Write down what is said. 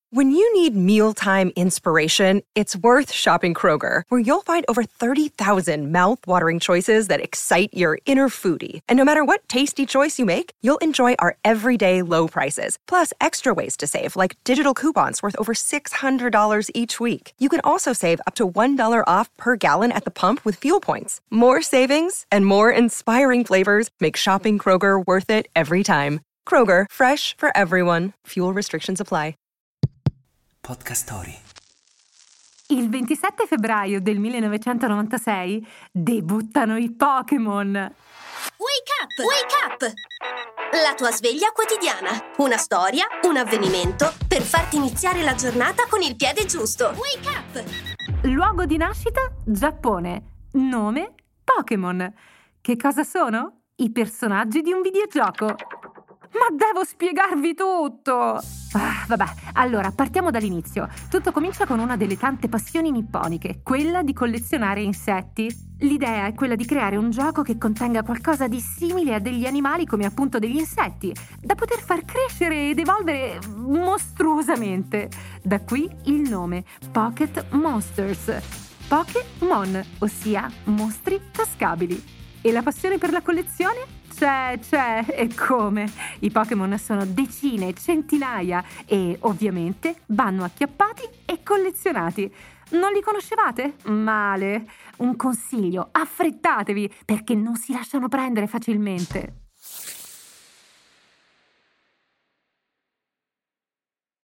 When you need mealtime inspiration, it's worth shopping Kroger, where you'll find over 30,000 mouth-watering choices that excite your inner foodie. And no matter what tasty choice you make, you'll enjoy our everyday low prices, plus extra ways to save, like digital coupons worth over $600 each week. You can also save up to $1 off per gallon at the pump with fuel points. More savings and more inspiring flavors make shopping Kroger worth it every time. Kroger, fresh for everyone. Fuel restrictions apply. Podcast Story. Il 27 febbraio del 1996 debuttano i Pokémon. Wake up! Wake up! La tua sveglia quotidiana. Una storia, un avvenimento per farti iniziare la giornata con il piede giusto. Wake up! Luogo di nascita? Giappone. Nome? Pokémon. Che cosa sono? I personaggi di un videogioco. Ma devo spiegarvi tutto! Vabbè, allora partiamo dall'inizio. Tutto comincia con una delle tante passioni nipponiche, quella di collezionare insetti. L'idea è quella di creare un gioco che contenga qualcosa di simile a degli animali come appunto degli insetti, da poter far crescere ed evolvere mostruosamente. Da qui il nome Pocket Monsters. Pokémon, ossia mostri tascabili. E la passione per la collezione? C'è, e come? I Pokémon sono decine, centinaia e ovviamente vanno acchiappati e collezionati. Non li conoscevate? Male. Un consiglio, affrettatevi perché non si lasciano prendere facilmente.